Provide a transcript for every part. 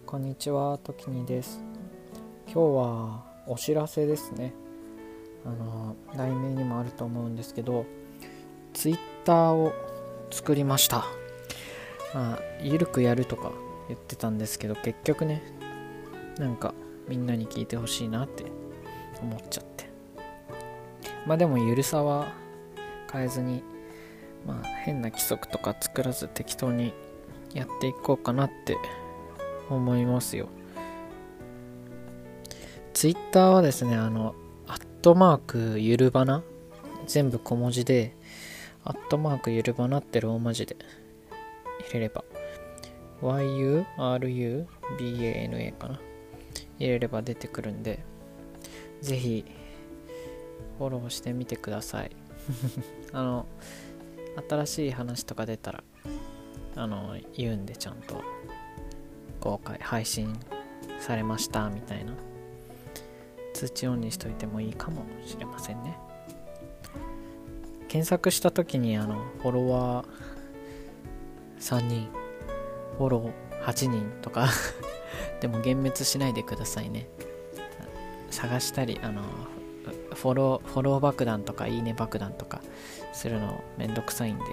こんにちは、ときにです。今日はお知らせですね。題名にもあると思うんですけど、ツイッターを作りました。ゆるくやるとか言ってたんですけど、結局ね、なんかみんなに聞いてほしいなって思っちゃって。でもゆるさは変えずに、変な規則とか作らず適当にやっていこうかなって思いますよ。ツイッターはですね、アットマークゆるばな、全部小文字で、アットマークゆるばなってローマ字で入れれば、YURUBANA かな、入れれば出てくるんで、ぜひフォローしてみてください。新しい話とか出たら言うんで、ちゃんと公開配信されましたみたいな通知オンにしといてもいいかもしれませんね。検索した時にフォロワー3人フォロー8人とかでも幻滅しないでくださいね。探したりフォロー爆弾とかいいね爆弾とかするのめんどくさいんで、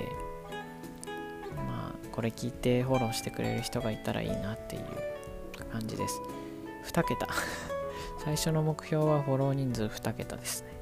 これ聞いてフォローしてくれる人がいたらいいなっていう感じです。2桁最初の目標はフォロー人数2桁ですね。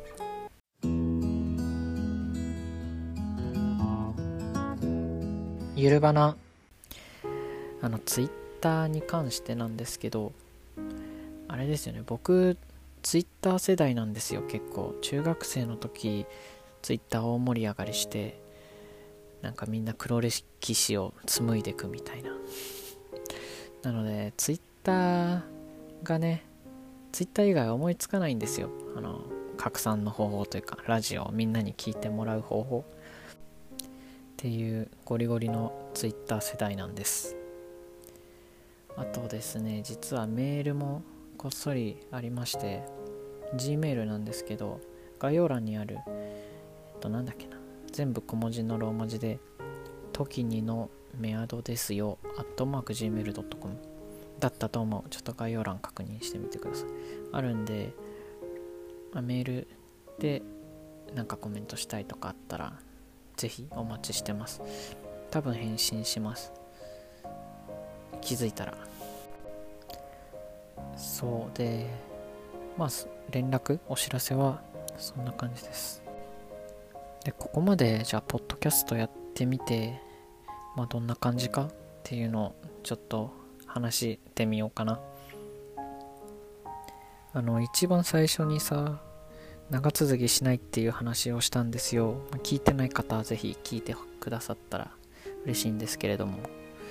ゆるばな、ツイッターに関してなんですけど、あれですよね、僕ツイッター世代なんですよ。結構中学生の時ツイッター大盛り上がりして、なんかみんな黒歴史を紡いでいくみたいな。なのでツイッターがね、ツイッター以外思いつかないんですよ。拡散の方法というか、ラジオをみんなに聞いてもらう方法っていうゴリゴリのツイッター世代なんです。あとですね、実はメールもこっそりありまして、 Gmail なんですけど、概要欄にあるなんだっけな、全部小文字のローマ字で時にのメアドですよ@gmail.com だったと思う。ちょっと概要欄確認してみてください。あるんで、メールでなんかコメントしたいとかあったらぜひお待ちしてます。多分返信します、気づいたら。そうで、連絡お知らせはそんな感じです。で、ここまでじゃあポッドキャストやってみて、どんな感じかっていうのをちょっと話してみようかな。一番最初にさ、長続きしないっていう話をしたんですよ。聞いてない方はぜひ聞いてくださったら嬉しいんですけれども、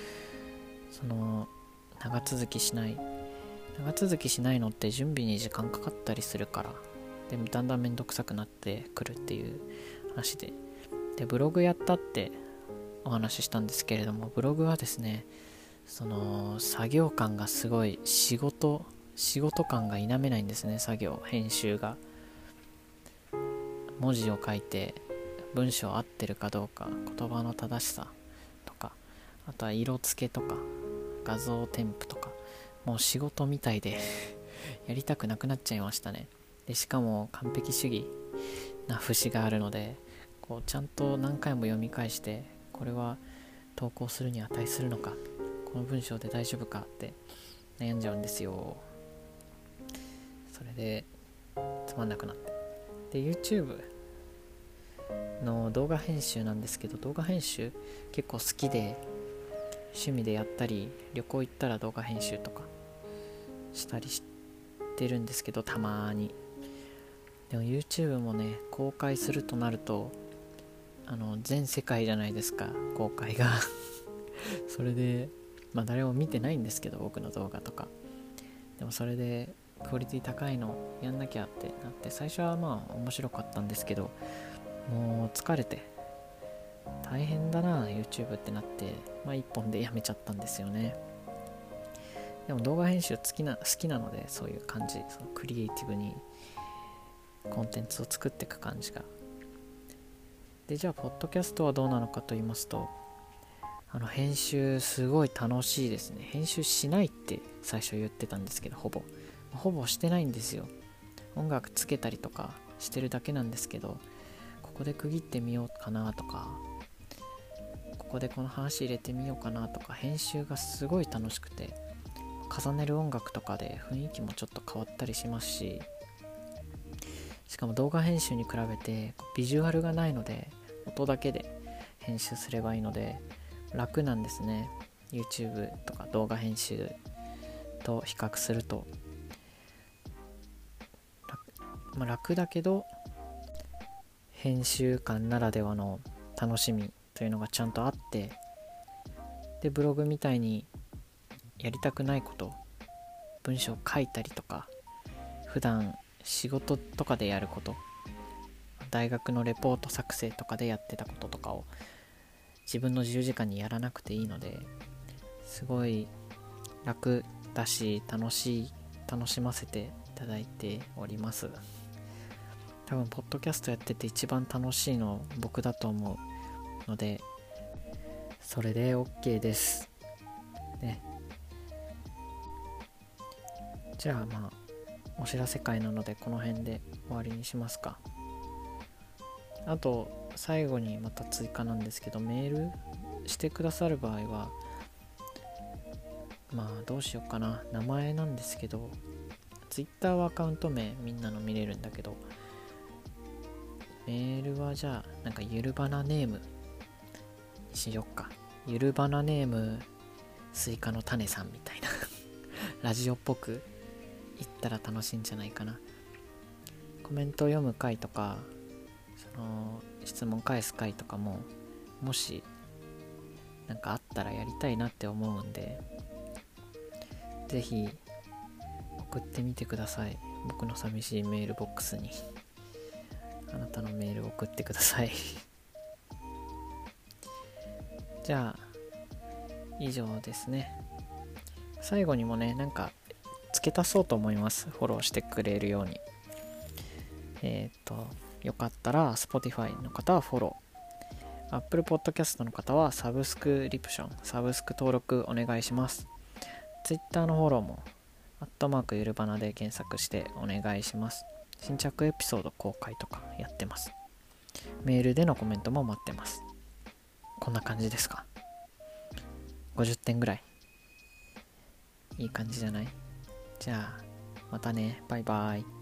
長続きしないのって準備に時間かかったりするから、でだんだんめんどくさくなってくるっていう話で、ブログやったってお話ししたんですけれども、ブログはですね、作業感がすごい、仕事感が否めないんですね。編集が、文字を書いて文章合ってるかどうか、言葉の正しさとか、あとは色付けとか画像添付とか、もう仕事みたいでやりたくなくなっちゃいましたね。でしかも完璧主義な節があるので、ちゃんと何回も読み返して、これは投稿するに値するのか、この文章で大丈夫かって悩んじゃうんですよ。それでつまんなくなって、で YouTube の動画編集なんですけど、動画編集結構好きで趣味でやったり、旅行行ったら動画編集とかしたりしてるんですけど、たまに。でも YouTube もね、公開するとなると全世界じゃないですか、公開がそれで誰も見てないんですけど、僕の動画とか。でもそれでクオリティ高いのやんなきゃってなって、最初は面白かったんですけど、もう疲れて大変だな YouTube ってなって、一本でやめちゃったんですよね。でも動画編集好きなので、そういう感じ、クリエイティブにコンテンツを作っていく感じが。で、じゃあポッドキャストはどうなのかと言いますと、 編集すごい楽しいですね。編集しないって最初言ってたんですけど、ほぼしてないんですよ。音楽つけたりとかしてるだけなんですけど、ここで区切ってみようかなとか、ここでこの話入れてみようかなとか、編集がすごい楽しくて、重ねる音楽とかで雰囲気もちょっと変わったりしますし、しかも動画編集に比べてビジュアルがないので、音だけで編集すればいいので楽なんですね。 YouTube とか動画編集と比較すると楽だけど、編集官ならではの楽しみというのがちゃんとあって、でブログみたいにやりたくないこと、文章を書いたりとか、普段仕事とかでやること、大学のレポート作成とかでやってたこととかを自分の自由時間にやらなくていいので、すごい楽だし楽しませていただいております。多分ポッドキャストやってて一番楽しいの僕だと思うので、それで OK ですね。じゃあお知らせ会なのでこの辺で終わりにしますか。あと最後にまた追加なんですけど、メールしてくださる場合はどうしようかな。名前なんですけど、Twitter はアカウント名みんなの見れるんだけど、メールはじゃあゆるばなネームにしよっか。ゆるばなネームスイカの種さんみたいなラジオっぽく言ったら楽しいんじゃないかな。コメントを読む回とか、その質問返す回とかももしあったらやりたいなって思うんで、ぜひ送ってみてください。僕の寂しいメールボックスにあなたのメールを送ってくださいじゃあ以上ですね。最後にもね付け足そうと思います。フォローしてくれるように。よかったら Spotify の方はフォロー、Apple Podcast の方はサブスク登録お願いします。Twitter のフォローもゆるばなで検索してお願いします。新着エピソード公開とかやってます。メールでのコメントも待ってます。こんな感じですか。50点ぐらいいい感じじゃない？じゃあまたね、バイバイ。